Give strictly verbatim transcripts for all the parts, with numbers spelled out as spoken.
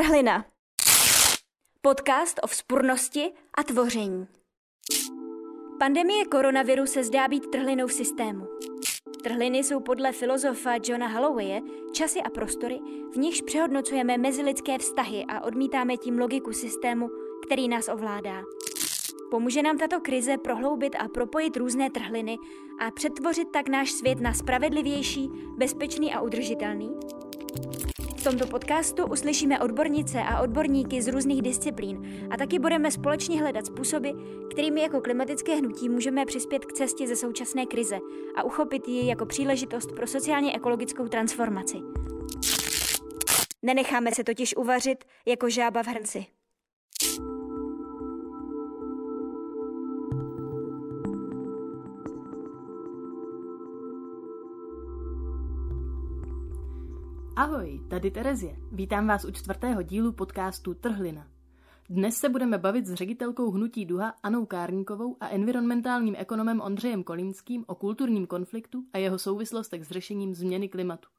Trhlina. Podcast o vzpurnosti a tvoření. Pandemie koronaviru se zdá být trhlinou v systému. Trhliny jsou podle filozofa Johna Hollowaye časy a prostory, v nichž přehodnocujeme mezilidské vztahy a odmítáme tím logiku systému, který nás ovládá. Pomůže nám tato krize prohloubit a propojit různé trhliny a přetvořit tak náš svět na spravedlivější, bezpečný a udržitelný? V tomto podcastu uslyšíme odbornice a odborníky z různých disciplín a taky budeme společně hledat způsoby, kterými jako klimatické hnutí můžeme přispět k cestě ze současné krize a uchopit ji jako příležitost pro sociálně ekologickou transformaci. Nenecháme se totiž uvařit jako žába v hrnci. Ahoj, tady Terezie. Vítám vás u čtvrtého dílu podcastu Trhlina. Dnes se budeme bavit s ředitelkou Hnutí Duha Annou Kárníkovou a environmentálním ekonomem Ondřejem Kolínským o kulturním konfliktu a jeho souvislostech s řešením změny klimatu.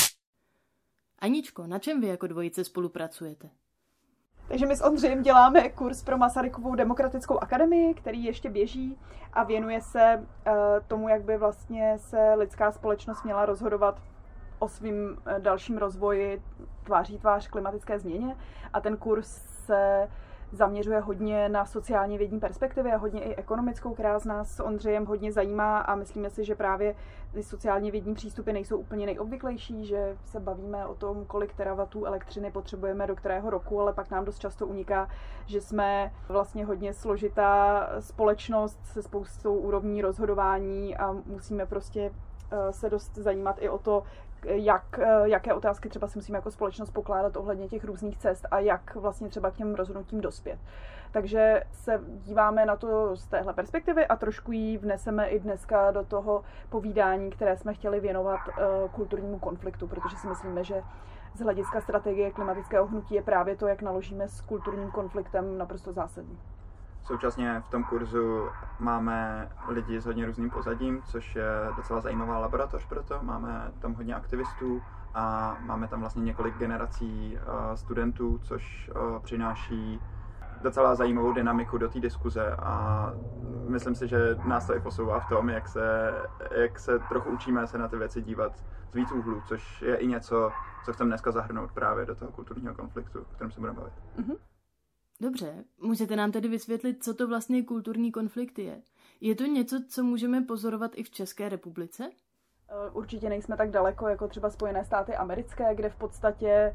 Aničko, na čem vy jako dvojice spolupracujete? Takže my s Ondřejem děláme kurz pro Masarykovu demokratickou akademii, který ještě běží a věnuje se uh, tomu, jak by vlastně se lidská společnost měla rozhodovat o svým dalším rozvoji tváří tvář klimatické změně. A ten kurz se zaměřuje hodně na sociálně vědní perspektivy a hodně i ekonomickou, která z nás s Ondřejem hodně zajímá a myslíme si, že právě ty sociálně vědní přístupy nejsou úplně nejobvyklejší, že se bavíme o tom, kolik terawattů elektřiny potřebujeme do kterého roku, ale pak nám dost často uniká, že jsme vlastně hodně složitá společnost se spoustou úrovní rozhodování a musíme prostě se dost zajímat i o to, jak, jaké otázky třeba si musíme jako společnost pokládat ohledně těch různých cest a jak vlastně třeba k těm rozhodnutím dospět. Takže se díváme na to z téhle perspektivy a trošku ji vneseme i dneska do toho povídání, které jsme chtěli věnovat uh, kulturnímu konfliktu, protože si myslíme, že z hlediska strategie klimatického hnutí je právě to, jak naložíme s kulturním konfliktem, naprosto zásadní. Současně v tom kurzu máme lidi s hodně různým pozadím, což je docela zajímavá laboratoř pro to. Máme tam hodně aktivistů a máme tam vlastně několik generací studentů, což přináší docela zajímavou dynamiku do té diskuze a myslím si, že nás to i posouvá v tom, jak se, jak se trochu učíme se na ty věci dívat z víc úhlů, což je i něco, co chceme dneska zahrnout právě do toho kulturního konfliktu, o kterém se budeme bavit. Mm-hmm. Dobře, můžete nám tedy vysvětlit, co to vlastně kulturní konflikt je? Je to něco, co můžeme pozorovat i v České republice? Určitě nejsme tak daleko jako třeba Spojené státy americké, kde v podstatě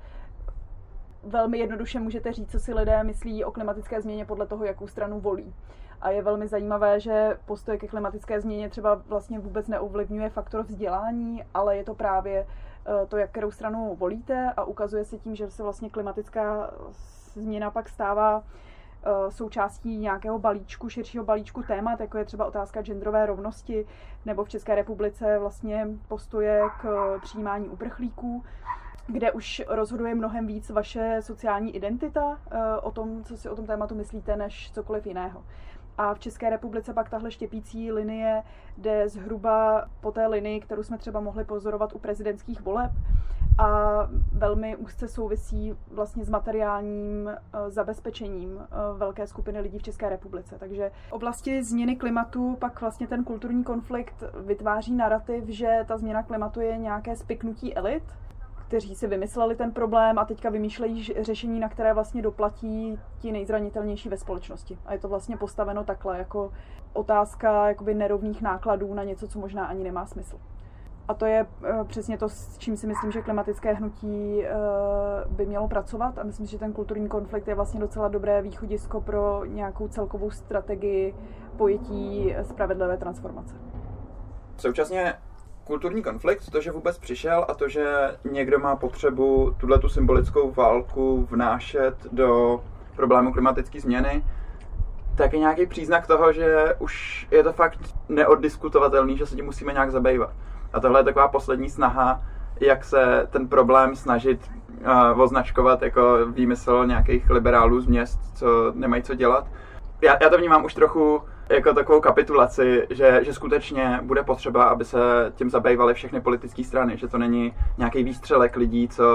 velmi jednoduše můžete říct, co si lidé myslí o klimatické změně podle toho, jakou stranu volí. A je velmi zajímavé, že postoj ke klimatické změně třeba vlastně vůbec neovlivňuje faktor vzdělání, ale je to právě to, jak kterou stranu volíte a ukazuje se tím, že se vlastně klimatická změna pak stává uh, součástí nějakého balíčku, širšího balíčku témat, jako je třeba otázka genderové rovnosti, nebo v České republice vlastně postoje k uh, přijímání uprchlíků, kde už rozhoduje mnohem víc vaše sociální identita uh, o tom, co si o tom tématu myslíte, než cokoliv jiného. A v České republice pak tahle štěpící linie jde zhruba po té linii, kterou jsme třeba mohli pozorovat u prezidentských voleb, a velmi úzce souvisí vlastně s materiálním zabezpečením velké skupiny lidí v České republice. Takže v oblasti změny klimatu pak vlastně ten kulturní konflikt vytváří narrativ, že ta změna klimatu je nějaké spiknutí elit, kteří si vymysleli ten problém a teďka vymýšlejí řešení, na které vlastně doplatí ti nejzranitelnější ve společnosti. A je to vlastně postaveno takhle, jako otázka jakoby nerovných nákladů na něco, co možná ani nemá smysl. A to je přesně to, s čím si myslím, že klimatické hnutí by mělo pracovat. A myslím, že ten kulturní konflikt je vlastně docela dobré východisko pro nějakou celkovou strategii pojetí spravedlivé transformace. Současně kulturní konflikt, to, že vůbec přišel a to, že někdo má potřebu tuhletu symbolickou válku vnášet do problému klimatické změny, tak je nějaký příznak toho, že už je to fakt neoddiskutovatelný, že se tím musíme nějak zabývat. A tohle je taková poslední snaha, jak se ten problém snažit uh, označkovat jako výmysl nějakých liberálů z měst, co nemají co dělat. Já, já to vnímám už trochu jako takovou kapitulaci, že, že skutečně bude potřeba, aby se tím zabývaly všechny politické strany, že to není nějaký výstřelek lidí, co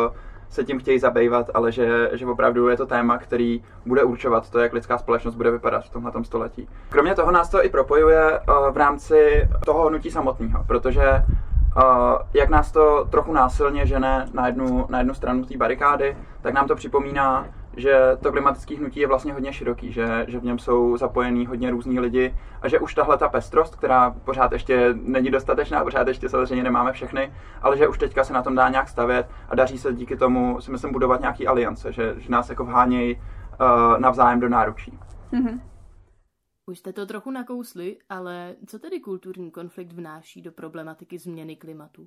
se tím chtějí zabývat, ale že, že opravdu je to téma, který bude určovat to, jak lidská společnost bude vypadat v tomhletom století. Kromě toho nás to i propojuje v rámci toho hnutí samotného, protože jak nás to trochu násilně žene na jednu, na jednu stranu té barikády, tak nám to připomíná, že to klimatické hnutí je vlastně hodně široký, že, že v něm jsou zapojení hodně různí lidi a že už tahle ta pestrost, která pořád ještě není dostatečná, pořád ještě samozřejmě nemáme všechny, ale že už teďka se na tom dá nějak stavět a daří se díky tomu, si myslím, budovat nějaký aliance, že, že nás jako vhánějí uh, navzájem do náručí. Mm-hmm. Už jste to trochu nakousli, ale co tedy kulturní konflikt vnáší do problematiky změny klimatu?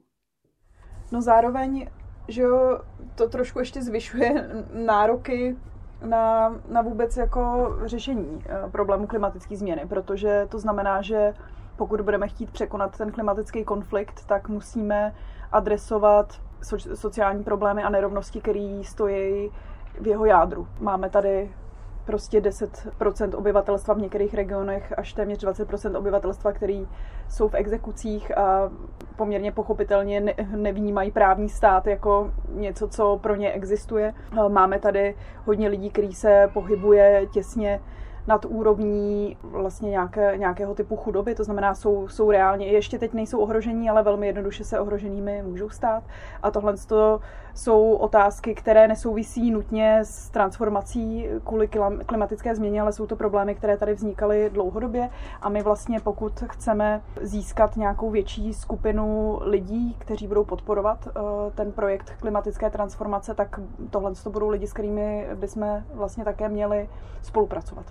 No zároveň, že jo, to trošku ještě zvyšuje nároky na, na vůbec jako řešení problému klimatické změny, protože to znamená, že pokud budeme chtít překonat ten klimatický konflikt, tak musíme adresovat so, sociální problémy a nerovnosti, které stojí v jeho jádru. Máme tady prostě deset procent obyvatelstva v některých regionech až téměř dvacet procent obyvatelstva, který jsou v exekucích a poměrně pochopitelně ne- nevnímají právní stát jako něco, co pro ně existuje. Máme tady hodně lidí, kteří se pohybuje těsně nad úrovní vlastně nějaké, nějakého typu chudoby, to znamená, jsou, jsou reálně, ještě teď nejsou ohrožení, ale velmi jednoduše se ohroženými můžou stát. A tohle jsou otázky, které nesouvisí nutně s transformací kvůli klimatické změně, ale jsou to problémy, které tady vznikaly dlouhodobě. A my vlastně, pokud chceme získat nějakou větší skupinu lidí, kteří budou podporovat uh, ten projekt klimatické transformace, tak tohle to budou lidi, s kterými bychom vlastně také měli spolupracovat.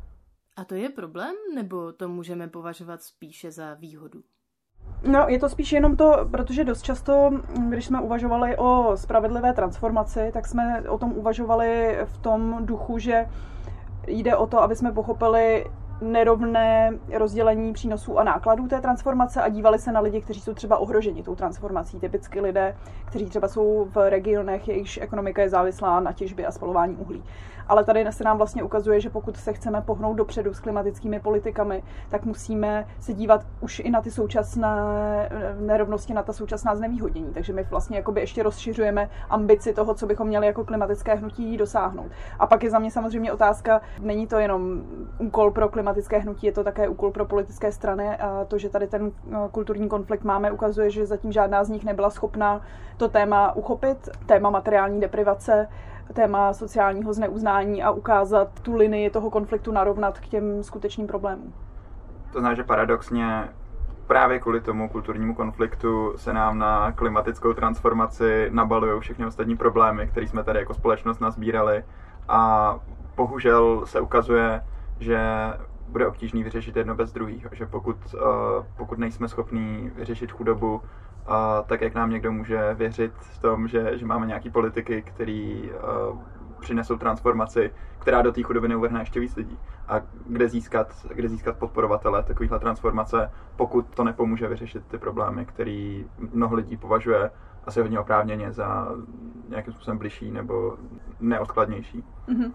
A to je problém, nebo to můžeme považovat spíše za výhodu? No, je to spíš jenom to, protože dost často, když jsme uvažovali o spravedlivé transformaci, tak jsme o tom uvažovali v tom duchu, že jde o to, aby jsme pochopili nerovné rozdělení přínosů a nákladů té transformace a dívali se na lidi, kteří jsou třeba ohroženi tou transformací. Typicky lidé, kteří třeba jsou v regionech, jejichž ekonomika je závislá na těžbě a spalování uhlí. Ale tady se nám vlastně ukazuje, že pokud se chceme pohnout dopředu s klimatickými politikami, tak musíme se dívat už i na ty současné nerovnosti, na ta současná znevýhodnění. Takže my vlastně jakoby ještě rozšiřujeme ambici toho, co bychom měli jako klimatické hnutí dosáhnout. A pak je za mě samozřejmě otázka, není to jenom úkol pro klimatické hnutí, je to také úkol pro politické strany a to, že tady ten kulturní konflikt máme, ukazuje, že zatím žádná z nich nebyla schopna to téma uchopit, téma materiální deprivace, téma sociálního zneuznání a ukázat tu linii toho konfliktu narovnat k těm skutečným problémům. To znamená, že paradoxně právě kvůli tomu kulturnímu konfliktu se nám na klimatickou transformaci nabalují všechny ostatní problémy, které jsme tady jako společnost nazbírali a bohužel se ukazuje, že bude obtížný vyřešit jedno bez druhého, že pokud, uh, pokud nejsme schopní vyřešit chudobu, uh, tak jak nám někdo může věřit v tom, že, že máme nějaký politiky, který uh, přinesou transformaci, která do té chudoby neuvrhne ještě víc lidí. A kde získat, kde získat podporovatele takovýhle transformace, pokud to nepomůže vyřešit ty problémy, který mnoho lidí považuje asi hodně oprávněně za nějakým způsobem bližší nebo neodkladnější. Mm-hmm.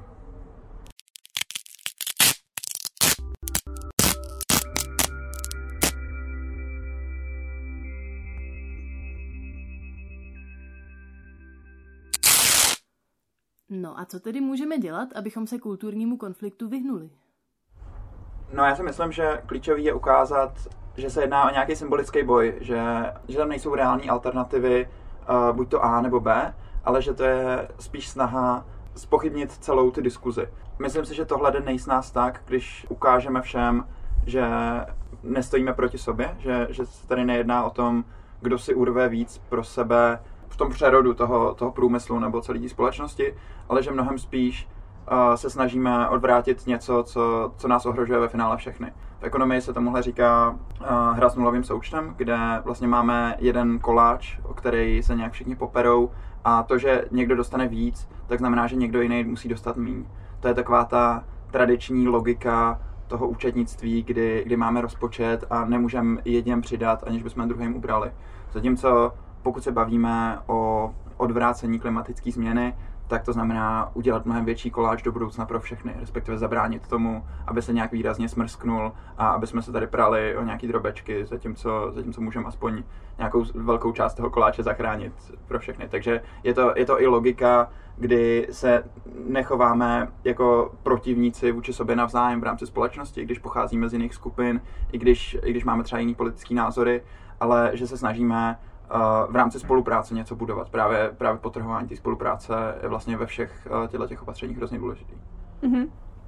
No a co tedy můžeme dělat, abychom se kulturnímu konfliktu vyhnuli? No já si myslím, že klíčový je ukázat, že se jedná o nějaký symbolický boj, že, že tam nejsou reální alternativy, uh, buď to A nebo B, ale že to je spíš snaha zpochybnit celou tu diskuzi. Myslím si, že tohle jde nejsnáz tak, když ukážeme všem, že nestojíme proti sobě, že, že se tady nejedná o tom, kdo si urve víc pro sebe v tom přerodu toho, toho průmyslu nebo celé společnosti, ale že mnohem spíš uh, se snažíme odvrátit něco, co, co nás ohrožuje ve finále všechny. V ekonomii se tomuhle říká uh, hra s nulovým součtem, kde vlastně máme jeden koláč, o který se nějak všichni poperou a to, že někdo dostane víc, tak znamená, že někdo jiný musí dostat míň. To je taková ta tradiční logika toho účetnictví, kdy, kdy máme rozpočet a nemůžeme jedním přidat, aniž bychom druhým ubrali. Zatímco pokud se bavíme o odvrácení klimatické změny, tak to znamená udělat mnohem větší koláč do budoucna pro všechny, respektive zabránit tomu, aby se nějak výrazně smrsknul a aby jsme se tady prali o nějaký drobečky, zatímco, zatímco můžeme aspoň nějakou velkou část toho koláče zachránit pro všechny. Takže je to, je to i logika, kdy se nechováme jako protivníci vůči sobě navzájem v rámci společnosti, když pocházíme z jiných skupin, i když, i když máme třeba jiný politický názory, ale že se snažíme v rámci spolupráce něco budovat. Právě, právě potrhování té spolupráce je vlastně ve všech těchto těch opatřeních hrozně důležitý. Mm-hmm.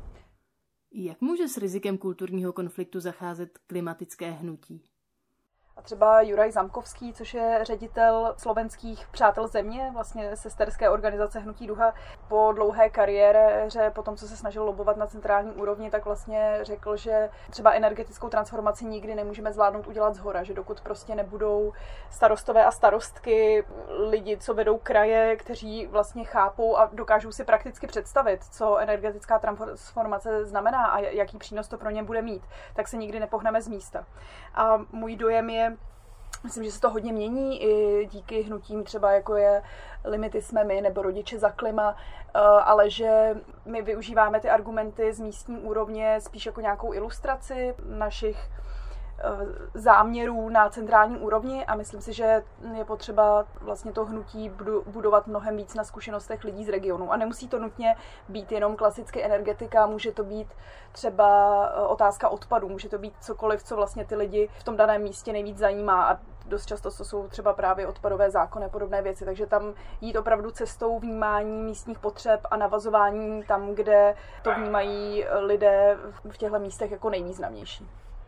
Jak může s rizikem kulturního konfliktu zacházet klimatické hnutí? A třeba Juraj Zamkovský, což je ředitel slovenských Přátel země, vlastně sesterské organizace Hnutí Duha, po dlouhé kariéře, po tom, co se snažil lobovat na centrální úrovni, tak vlastně řekl, že třeba energetickou transformaci nikdy nemůžeme zvládnout udělat zhora, že dokud prostě nebudou starostové a starostky, lidi, co vedou kraje, kteří vlastně chápou a dokážou si prakticky představit, co energetická transformace znamená a jaký přínos to pro ně bude mít, tak se nikdy nepohneme z místa. A můj dojem je, myslím, že se to hodně mění i díky hnutím třeba jako je Limity jsme my nebo Rodiče za klima, ale že my využíváme ty argumenty z místní úrovně spíš jako nějakou ilustraci našich záměrů na centrální úrovni a myslím si, že je potřeba vlastně to hnutí budovat mnohem víc na zkušenostech lidí z regionu. A nemusí to nutně být jenom klasicky energetika, může to být třeba otázka odpadu, může to být cokoliv, co vlastně ty lidi v tom daném místě nejvíc zajímá a dost často to jsou třeba právě odpadové zákony a podobné věci, takže tam jít opravdu cestou vnímání místních potřeb a navazování tam, kde to vnímají lidé v těchto místech jako nejvýznamnější.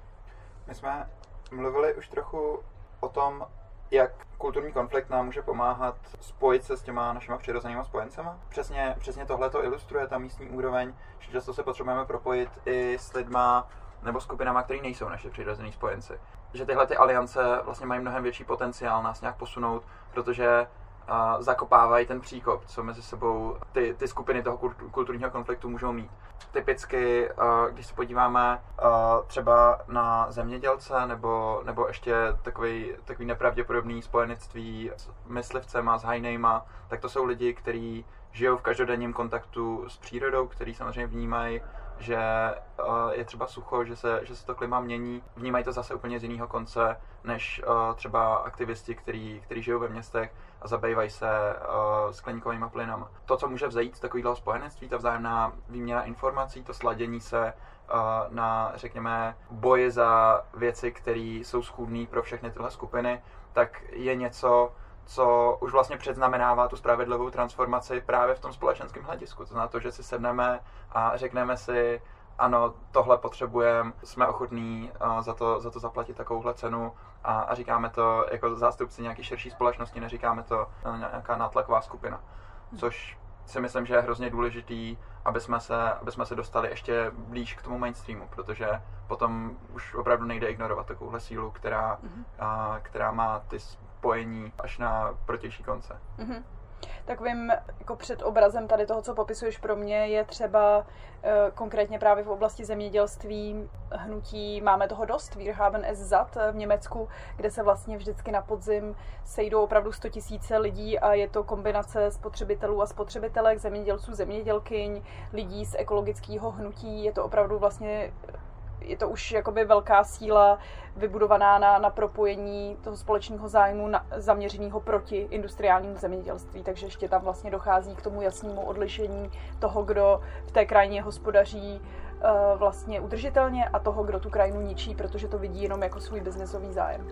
My jsme mluvili už trochu o tom, jak kulturní konflikt nám může pomáhat spojit se s těma našima přirozenýma spojencema. Přesně, přesně tohle to ilustruje ta místní úroveň, že často se potřebujeme propojit i s lidma nebo skupinama, který nejsou naše přirozený spojenci. Že tyhle ty aliance vlastně mají mnohem větší potenciál nás nějak posunout, protože uh, zakopávají ten příkop, co mezi sebou ty, ty skupiny toho kulturního konfliktu můžou mít. Typicky, uh, když se podíváme uh, třeba na zemědělce nebo, nebo ještě takový, takový nepravděpodobný spojenectví s myslivcema, s hajnejma, tak to jsou lidi, kteří žijou v každodenním kontaktu s přírodou, kteří samozřejmě vnímají, že uh, je třeba sucho, že se, že se to klima mění. Vnímají to zase úplně z jiného konce, než uh, třeba aktivisti, kteří, kteří žijou ve městech a zabývají se uh, skleníkovými plynama. To, co může vzejít z takového spojenectví, ta vzájemná výměna informací, to sladění se uh, na, řekněme, boji za věci, které jsou schůdné pro všechny tyhle skupiny, tak je něco, co už vlastně předznamenává tu spravedlivou transformaci právě v tom společenském hledisku. To znamená to, že si sedneme a řekneme si, ano, tohle potřebujeme, jsme ochotní uh, za, to, za to zaplatit takovouhle cenu a, a říkáme to jako zástupci nějaké širší společnosti, neříkáme to uh, nějaká nátlaková skupina. Což si myslím, že je hrozně důležitý, aby jsme se, aby jsme se dostali ještě blíž k tomu mainstreamu, protože potom už opravdu nejde ignorovat takovouhle sílu, která, mm-hmm. uh, která má ty spojení až na protější konce. Mm-hmm. Takovým jako předobrazem tady toho, co popisuješ pro mě, je třeba e, konkrétně právě v oblasti zemědělství hnutí Máme toho dost, Wir haben es satt v Německu, kde se vlastně vždycky na podzim sejdou opravdu sto tisíce lidí a je to kombinace spotřebitelů a spotřebitelek, zemědělců, zemědělkyň, lidí z ekologického hnutí. Je to opravdu vlastně je to už jakoby velká síla vybudovaná na, na propojení toho společného zájmu na, zaměřeného proti industriálnímu zemědělství. Takže ještě tam vlastně dochází k tomu jasnému odlišení toho, kdo v té krajině hospodaří uh, vlastně udržitelně a toho, kdo tu krajinu ničí, protože to vidí jenom jako svůj biznesový zájem.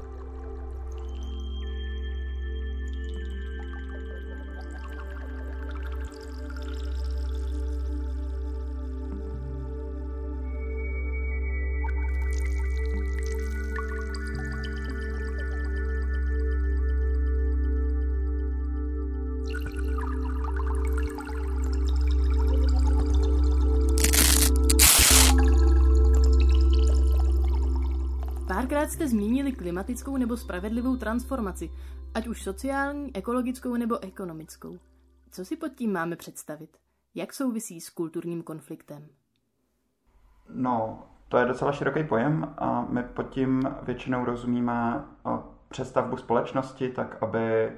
Párkrát jste zmínili klimatickou nebo spravedlivou transformaci, ať už sociální, ekologickou nebo ekonomickou. Co si pod tím máme představit? Jak souvisí s kulturním konfliktem? No, to je docela široký pojem a my pod tím většinou rozumíme přestavbu společnosti tak, aby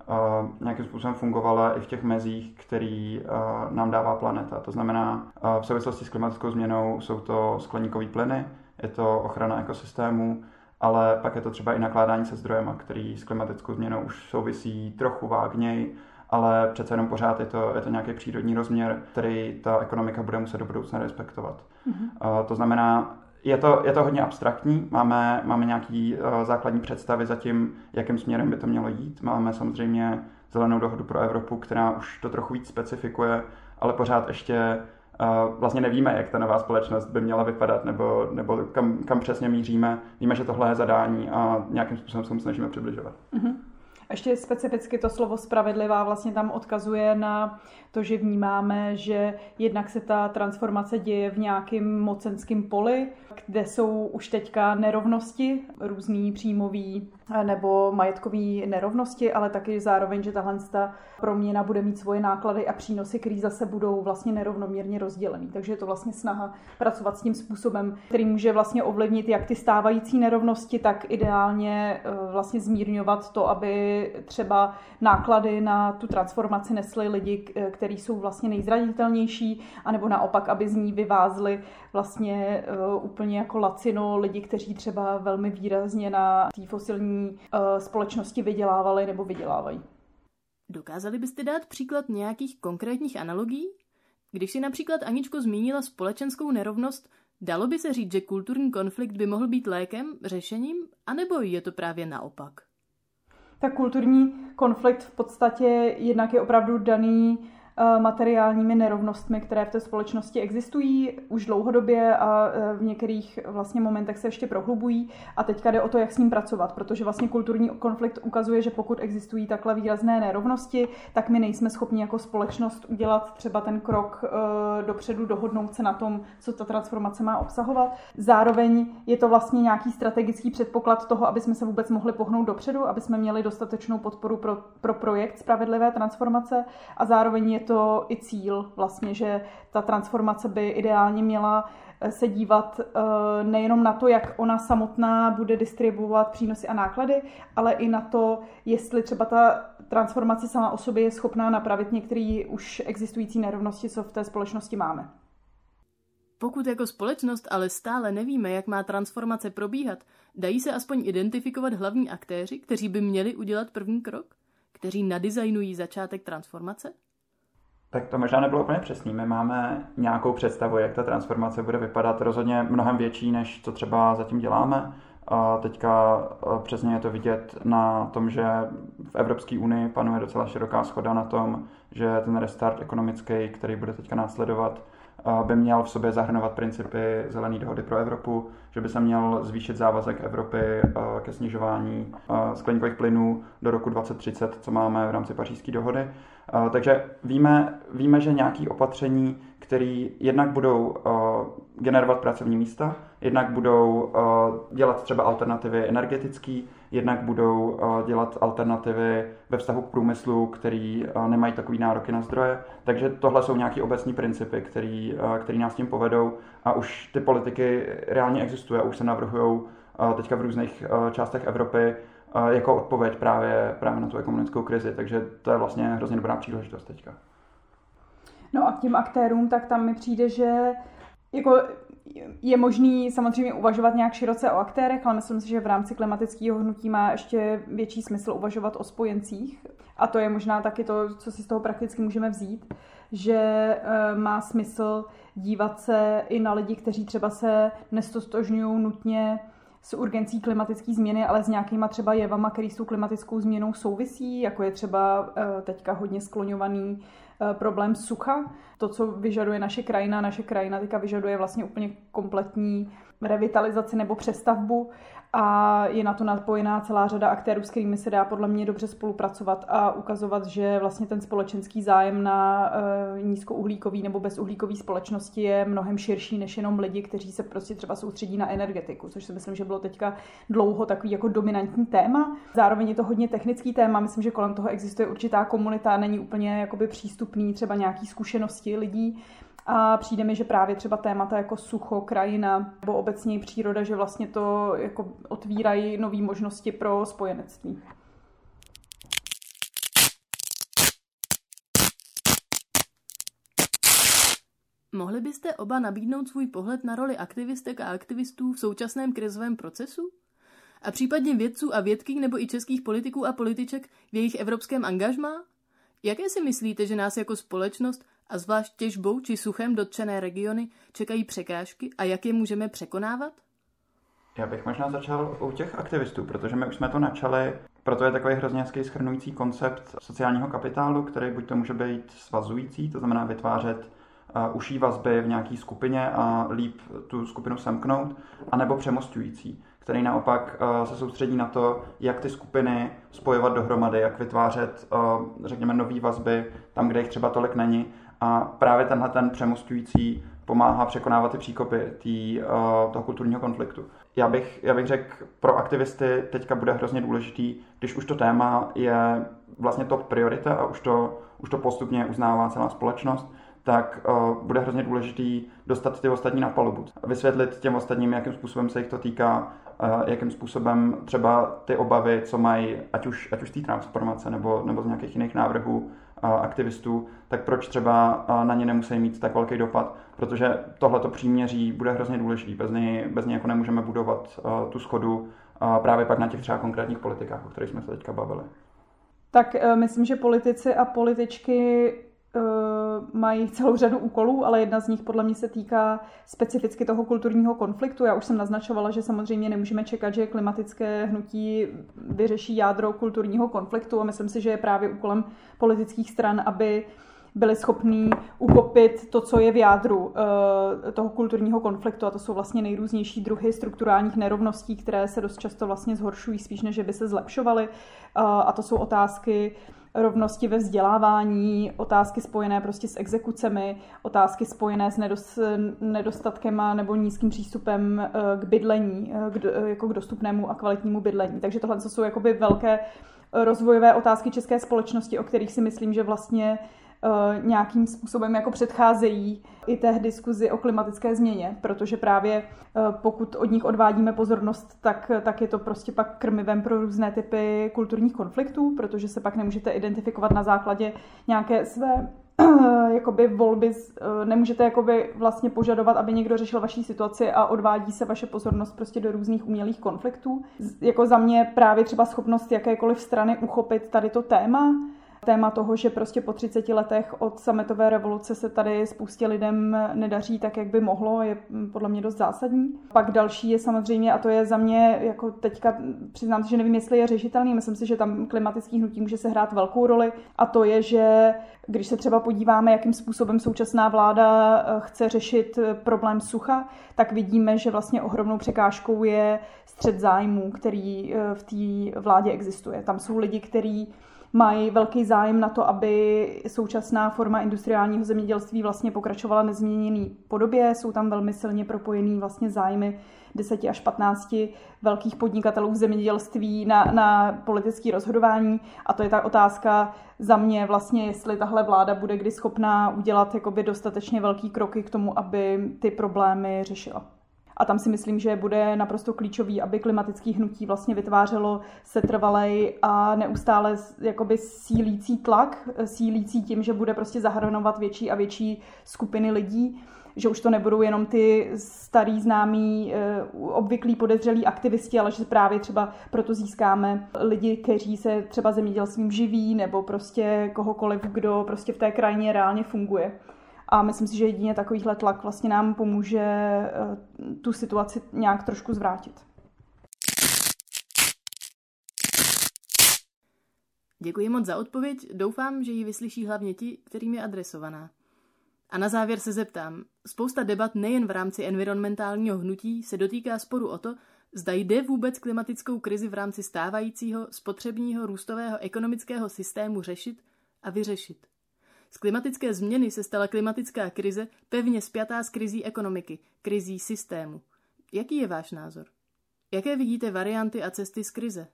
uh, nějakým způsobem fungovala i v těch mezích, který uh, nám dává planeta. To znamená, uh, v souvislosti s klimatickou změnou jsou to skleníkové plyny, je to ochrana ekosystému, ale pak je to třeba i nakládání se zdrojema, který s klimatickou změnou už souvisí trochu vágněji, ale přece jenom pořád je to, je to nějaký přírodní rozměr, který ta ekonomika bude muset do budoucna respektovat. Mm-hmm. Uh, to znamená, je to, je to hodně abstraktní, máme, máme nějaký uh, základní představy za tím, jakým směrem by to mělo jít. Máme samozřejmě zelenou dohodu pro Evropu, která už to trochu víc specifikuje, ale pořád ještě uh, vlastně nevíme, jak ta nová společnost by měla vypadat, nebo, nebo kam, kam přesně míříme. Víme, že tohle je zadání a nějakým způsobem se mu snažíme přibližovat. Mm-hmm. Ještě specificky to slovo spravedlivá vlastně tam odkazuje na to, že vnímáme, že jednak se ta transformace děje v nějakém mocenském poli, kde jsou už teďka nerovnosti, různý příjmový nebo majetkový nerovnosti, ale taky zároveň, že tahle proměna bude mít svoje náklady a přínosy, které zase budou vlastně nerovnoměrně rozdělený. Takže je to vlastně snaha pracovat s tím způsobem, který může vlastně ovlivnit jak ty stávající nerovnosti, tak ideálně vlastně zmírňovat to, aby třeba náklady na tu transformaci nesli lidi, kteří jsou vlastně nejzranitelnější, anebo naopak, aby z ní vyvázli vlastně uh, úplně jako lacino lidi, kteří třeba velmi výrazně na té fosilní uh, společnosti vydělávali nebo vydělávají. Dokázali byste dát příklad nějakých konkrétních analogií? Když si například Aničko zmínila společenskou nerovnost, dalo by se říct, že kulturní konflikt by mohl být lékem, řešením, anebo je to právě naopak? Tak kulturní konflikt v podstatě jednak je opravdu daný materiálními nerovnostmi, které v té společnosti existují už dlouhodobě a v některých vlastně momentech se ještě prohlubují a teďka jde o to, jak s ním pracovat, protože vlastně kulturní konflikt ukazuje, že pokud existují takhle výrazné nerovnosti, tak my nejsme schopni jako společnost udělat třeba ten krok dopředu, dohodnout se na tom, co ta transformace má obsahovat. Zároveň je to vlastně nějaký strategický předpoklad toho, aby jsme se vůbec mohli pohnout dopředu, aby jsme měli dostatečnou podporu pro, pro projekt spravedlivé transformace a zároveň je to i cíl vlastně, že ta transformace by ideálně měla se dívat nejenom na to, jak ona samotná bude distribuovat přínosy a náklady, ale i na to, jestli třeba ta transformace sama o sobě je schopná napravit některé už existující nerovnosti, co v té společnosti máme. Pokud jako společnost ale stále nevíme, jak má transformace probíhat, dají se aspoň identifikovat hlavní aktéři, kteří by měli udělat první krok? Kteří nadizajnují začátek transformace? Tak to možná nebylo úplně přesný. My máme nějakou představu, jak ta transformace bude vypadat, rozhodně mnohem větší, než co třeba zatím děláme. A teďka přesně je to vidět na tom, že v Evropské unii panuje docela široká shoda na tom, že ten restart ekonomický, který bude teďka následovat, by měl v sobě zahrnovat principy zelené dohody pro Evropu, že by se měl zvýšit závazek Evropy ke snižování skleníkových plynů do roku dvacet třicet, co máme v rámci Pařížské dohody. Takže víme, víme, že nějaké opatření, které jednak budou generovat pracovní místa, jednak budou dělat třeba alternativy energetické, jednak budou dělat alternativy ve vztahu k průmyslu, který nemají takový nároky na zdroje. Takže tohle jsou nějaké obecní principy, které nás tím povedou a už ty politiky reálně existují a už se navrhují teďka v různých částech Evropy jako odpověď právě, právě na tu ekonomickou krizi. Takže to je vlastně hrozně dobrá příležitost teďka. No a k těm aktérům, tak tam mi přijde, že jako je možný samozřejmě uvažovat nějak široce o aktérech, ale myslím si, že v rámci klimatického hnutí má ještě větší smysl uvažovat o spojencích. A to je možná taky to, co si z toho prakticky můžeme vzít, že má smysl dívat se i na lidi, kteří třeba se nestotožňují nutně s urgencí klimatické změny, ale s nějakýma třeba jevama, které s tou klimatickou změnou souvisí, jako je třeba teďka hodně skloňovaný problém sucha. To, co vyžaduje naše krajina, naše krajina teďka vyžaduje vlastně úplně kompletní revitalizaci nebo přestavbu a je na to napojená celá řada aktérů, s kterými se dá podle mě dobře spolupracovat a ukazovat, že vlastně ten společenský zájem na e, nízkouhlíkový nebo bezuhlíkový společnosti je mnohem širší než jenom lidi, kteří se prostě třeba soustředí na energetiku, což si myslím, že bylo teďka dlouho takový jako dominantní téma. Zároveň je to hodně technický téma, myslím, že kolem toho existuje určitá komunita, není úplně jakoby přístupný třeba nějaký zkušenosti lidí. A přijde mi, že právě třeba témata jako sucho, krajina nebo obecně příroda, že vlastně to jako otvírají nové možnosti pro spojenectví. Mohli byste oba nabídnout svůj pohled na roli aktivistek a aktivistů v současném krizovém procesu? A případně vědců a vědkyň nebo i českých politiků a političek v jejich evropském angažmá? Jaké si myslíte, že nás jako společnost a zvlášť těžbou či suchem dotčené regiony čekají překážky a jak je můžeme překonávat? Já bych možná začal u těch aktivistů, protože my už jsme to načali, proto je takový hrozně hezký shrnující koncept sociálního kapitálu, který buď to může být svazující, to znamená vytvářet uh, užší vazby v nějaké skupině a líp tu skupinu semknout, anebo přemostující, který naopak uh, se soustředí na to, jak ty skupiny spojovat dohromady, jak vytvářet, uh, řekněme, nové vazby tam, kde jich třeba tolik není. A právě tenhle ten přemostující pomáhá překonávat ty příkopy tý, uh, toho kulturního konfliktu. Já bych, já bych řekl, pro aktivisty teďka bude hrozně důležitý, když už to téma je vlastně top priorita a už to, už to postupně uznává celá společnost, tak uh, bude hrozně důležitý dostat ty ostatní na palubu. Vysvětlit těm ostatním, jakým způsobem se jich to týká, uh, jakým způsobem třeba ty obavy, co mají, ať už, ať už z té transformace nebo, nebo z nějakých jiných návrhů uh, aktivistů, tak proč třeba uh, na ně nemusí mít tak velký dopad, protože tohleto příměří bude hrozně důležitý. Bez něj, bez něj jako nemůžeme budovat uh, tu shodu uh, právě pak na těch třeba konkrétních politikách, o kterých jsme se teďka bavili. Tak uh, myslím, že politici a političky mají celou řadu úkolů, ale jedna z nich podle mě se týká specificky toho kulturního konfliktu. Já už jsem naznačovala, že samozřejmě nemůžeme čekat, že klimatické hnutí vyřeší jádro kulturního konfliktu a myslím si, že je právě úkolem politických stran, aby byli schopní uchopit to, co je v jádru toho kulturního konfliktu, a to jsou vlastně nejrůznější druhy strukturálních nerovností, které se dost často vlastně zhoršují spíš, než by se zlepšovaly, a to jsou otázky rovnosti ve vzdělávání, otázky spojené prostě s exekucemi, otázky spojené s nedostatkem nebo nízkým přístupem k bydlení, k, jako k dostupnému a kvalitnímu bydlení. Takže tohle jsou jakoby velké rozvojové otázky české společnosti, o kterých si myslím, že vlastně nějakým způsobem jako předcházejí i té diskuzi o klimatické změně, protože právě pokud od nich odvádíme pozornost, tak, tak je to prostě pak krmivem pro různé typy kulturních konfliktů, protože se pak nemůžete identifikovat na základě nějaké své jakoby volby, nemůžete jakoby vlastně požadovat, aby někdo řešil vaší situaci a odvádí se vaše pozornost prostě do různých umělých konfliktů. Jako za mě právě třeba schopnost jakékoliv strany uchopit tady to téma, téma toho, že prostě po třiceti letech od sametové revoluce se tady spoustě lidem nedaří tak, jak by mohlo, je podle mě dost zásadní. Pak další je samozřejmě, a to je za mě, jako teďka přiznám, že nevím, jestli je řešitelný, myslím si, že tam klimatický hnutí může se hrát velkou roli, a to je, že když se třeba podíváme, jakým způsobem současná vláda chce řešit problém sucha, tak vidíme, že vlastně ohromnou překážkou je střet zájmů, který v té vládě existuje. Tam jsou lidi, kteří mají velký zájem na to, aby současná forma industriálního zemědělství vlastně pokračovala nezměněné podobě. Jsou tam velmi silně propojený vlastně zájmy deset až patnáct velkých podnikatelů v zemědělství na, na politické rozhodování. A to je ta otázka za mě vlastně, jestli tahle vláda bude kdy schopná udělat jakoby dostatečně velký kroky k tomu, aby ty problémy řešila. A tam si myslím, že bude naprosto klíčový, aby klimatické hnutí vlastně vytvářelo setrvalej a neustále jakoby sílící tlak, sílící tím, že bude prostě zahrnovat větší a větší skupiny lidí, že už to nebudou jenom ty starý, známí, obvyklí podezřelí aktivisti, ale že právě třeba proto získáme lidi, kteří se třeba zemědělstvím živí, nebo prostě kohokoliv, kdo prostě v té krajině reálně funguje. A myslím si, že jedině takovýhle tlak vlastně nám pomůže tu situaci nějak trošku zvrátit. Děkuji moc za odpověď, doufám, že ji vyslyší hlavně ti, kterým je adresovaná. A na závěr se zeptám, spousta debat nejen v rámci environmentálního hnutí se dotýká sporu o to, zda jde vůbec klimatickou krizi v rámci stávajícího spotřebního růstového ekonomického systému řešit a vyřešit. Z klimatické změny se stala klimatická krize pevně spjatá s krizí ekonomiky, krizí systému. Jaký je váš názor? Jaké vidíte varianty a cesty z krize?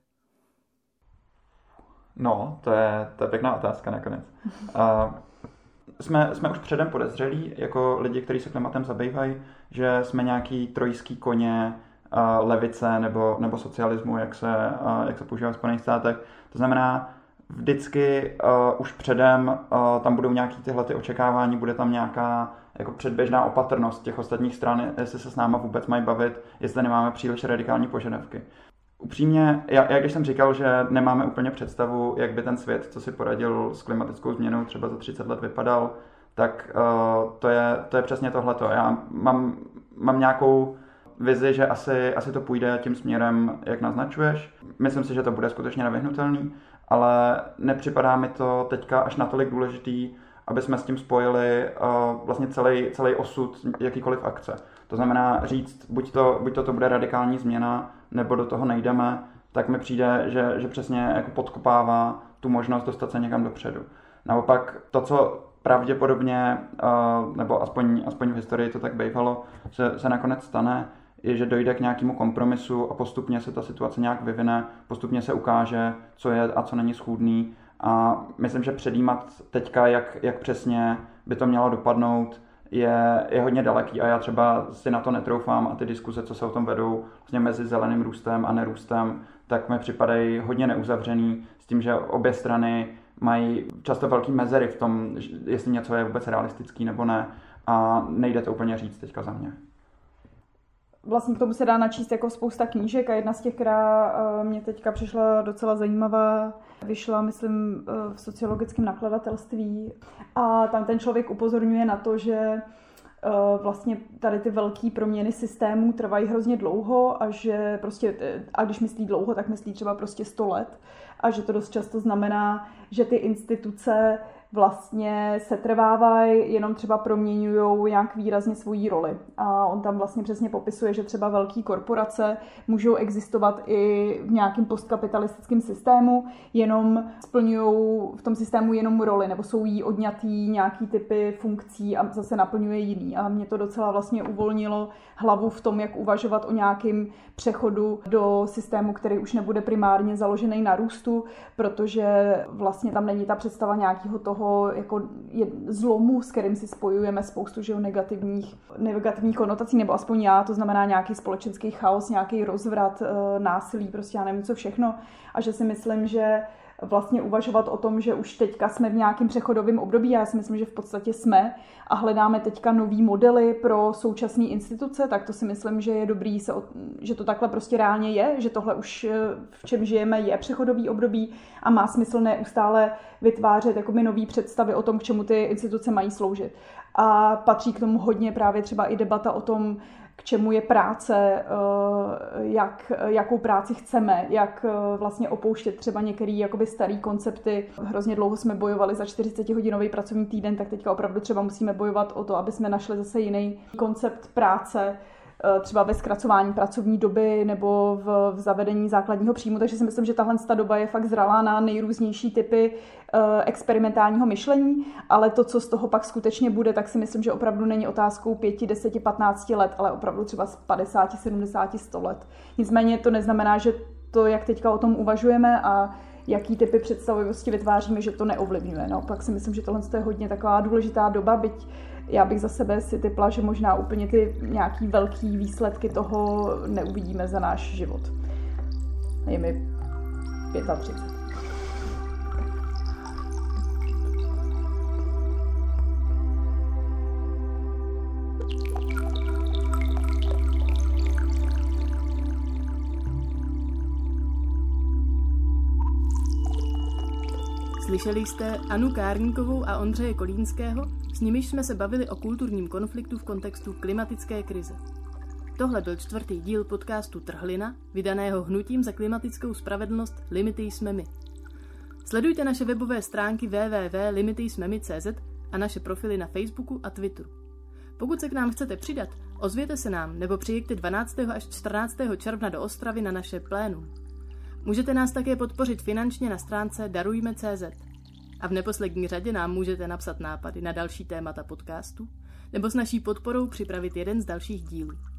No, to je, to je pěkná otázka nakonec. Uh, jsme, jsme už předem podezřelí, jako lidi, kteří se klimatem zabývají, že jsme nějaký trojský koně uh, levice nebo, nebo socialismu, jak se, uh, jak se používá v Spojených státech. To znamená, vždycky uh, už předem uh, tam budou nějaký tyhle ty očekávání, bude tam nějaká jako předběžná opatrnost těch ostatních stran, jestli se s náma vůbec mají bavit, jestli nemáme příliš radikální požadavky. Upřímně, já, já když jsem říkal, že nemáme úplně představu, jak by ten svět, co si poradil s klimatickou změnou třeba za třicet let vypadal, tak uh, to, je, to je přesně tohleto. Já mám, mám nějakou vizi, že asi, asi to půjde tím směrem, jak naznačuješ. Myslím si, že to bude skutečně nevyhnutelný, ale nepřipadá mi to teďka až natolik důležitý, aby jsme s tím spojili uh, vlastně celý, celý osud jakýkoliv akce. To znamená říct, buď to, buď to, to bude radikální změna, nebo do toho nejdeme, tak mi přijde, že, že přesně jako podkopává tu možnost dostat se někam dopředu. Naopak to, co pravděpodobně, uh, nebo aspoň, aspoň v historii to tak bývalo, se, se nakonec stane, je, že dojde k nějakému kompromisu a postupně se ta situace nějak vyvine, postupně se ukáže, co je a co není schůdný. A myslím, že předjímat teďka, jak, jak přesně by to mělo dopadnout, je, je hodně daleký a já třeba si na to netroufám a ty diskuze, co se o tom vedou vlastně mezi zeleným růstem a nerůstem, tak mi připadají hodně neuzavřený s tím, že obě strany mají často velký mezery v tom, jestli něco je vůbec realistický nebo ne a nejde to úplně říct teďka za mě. Vlastně k tomu se dá načíst jako spousta knížek a jedna z těch, která mě teďka přišla docela zajímavá, vyšla, myslím, v sociologickém nakladatelství a tam ten člověk upozorňuje na to, že vlastně tady ty velké proměny systémů trvají hrozně dlouho a že prostě, a když myslí dlouho, tak myslí třeba prostě sto let a že to dost často znamená, že ty instituce vlastně setrvávají, jenom třeba proměňují nějak výrazně svoji roli. A on tam vlastně přesně popisuje, že třeba velké korporace můžou existovat i v nějakém postkapitalistickém systému, jenom splňují v tom systému jenom roli, nebo jsou jí odňatý nějaký typy funkcí a zase naplňuje jiný. A mě to docela vlastně uvolnilo hlavu v tom, jak uvažovat o nějakém přechodu do systému, který už nebude primárně založený na růstu, protože vlastně tam není ta představa nějakého toho jako zlomu, s kterým si spojujeme spoustu že, negativních, negativních konotací, nebo aspoň já, to znamená nějaký společenský chaos, nějaký rozvrat, násilí, prostě já nevím co všechno. A že si myslím, že vlastně uvažovat o tom, že už teďka jsme v nějakém přechodovém období, já si myslím, že v podstatě jsme a hledáme teďka nový modely pro současné instituce, tak to si myslím, že je dobrý, se, že to takhle prostě reálně je, že tohle už v čem žijeme je přechodový období a má smysl neustále vytvářet jakoby nový představy o tom, k čemu ty instituce mají sloužit. A patří k tomu hodně právě třeba i debata o tom, k čemu je práce, jak, jakou práci chceme, jak vlastně opouštět třeba některé jakoby staré koncepty. Hrozně dlouho jsme bojovali za čtyřicetihodinový pracovní týden, tak teďka opravdu třeba musíme bojovat o to, aby jsme našli zase jiný koncept práce, třeba ve zkracování pracovní doby nebo v, v zavedení základního příjmu. Takže si myslím, že tahle doba je fakt zralá na nejrůznější typy uh, experimentálního myšlení, ale to, co z toho pak skutečně bude, tak si myslím, že opravdu není otázkou pěti, deseti, patnácti let, ale opravdu třeba z padesáti, sedmdesáti, sto let. Nicméně to neznamená, že to, jak teďka o tom uvažujeme a jaký typy představivosti vytváříme, že to neovlivňuje. No, pak si myslím, že tohle je hodně taková důležitá doba, byť já bych za sebe si tipla, že možná úplně ty nějaký velký výsledky toho neuvidíme za náš život. Je mi třicet pět. Slyšeli jste Anu Kárníkovou a Ondřeje Kolínského, s nimiž jsme se bavili o kulturním konfliktu v kontextu klimatické krize. Tohle byl čtvrtý díl podcastu Trhlina, vydaného Hnutím za klimatickou spravedlnost Limity jsme my. Sledujte naše webové stránky w w w tečka limity jsme my tečka c z a naše profily na Facebooku a Twitteru. Pokud se k nám chcete přidat, ozvěte se nám nebo přijeďte dvanáctého až čtrnáctého června do Ostravy na naše plénum. Můžete nás také podpořit finančně na stránce darujme tečka c z. A v neposlední řadě nám můžete napsat nápady na další témata podcastu nebo s naší podporou připravit jeden z dalších dílů.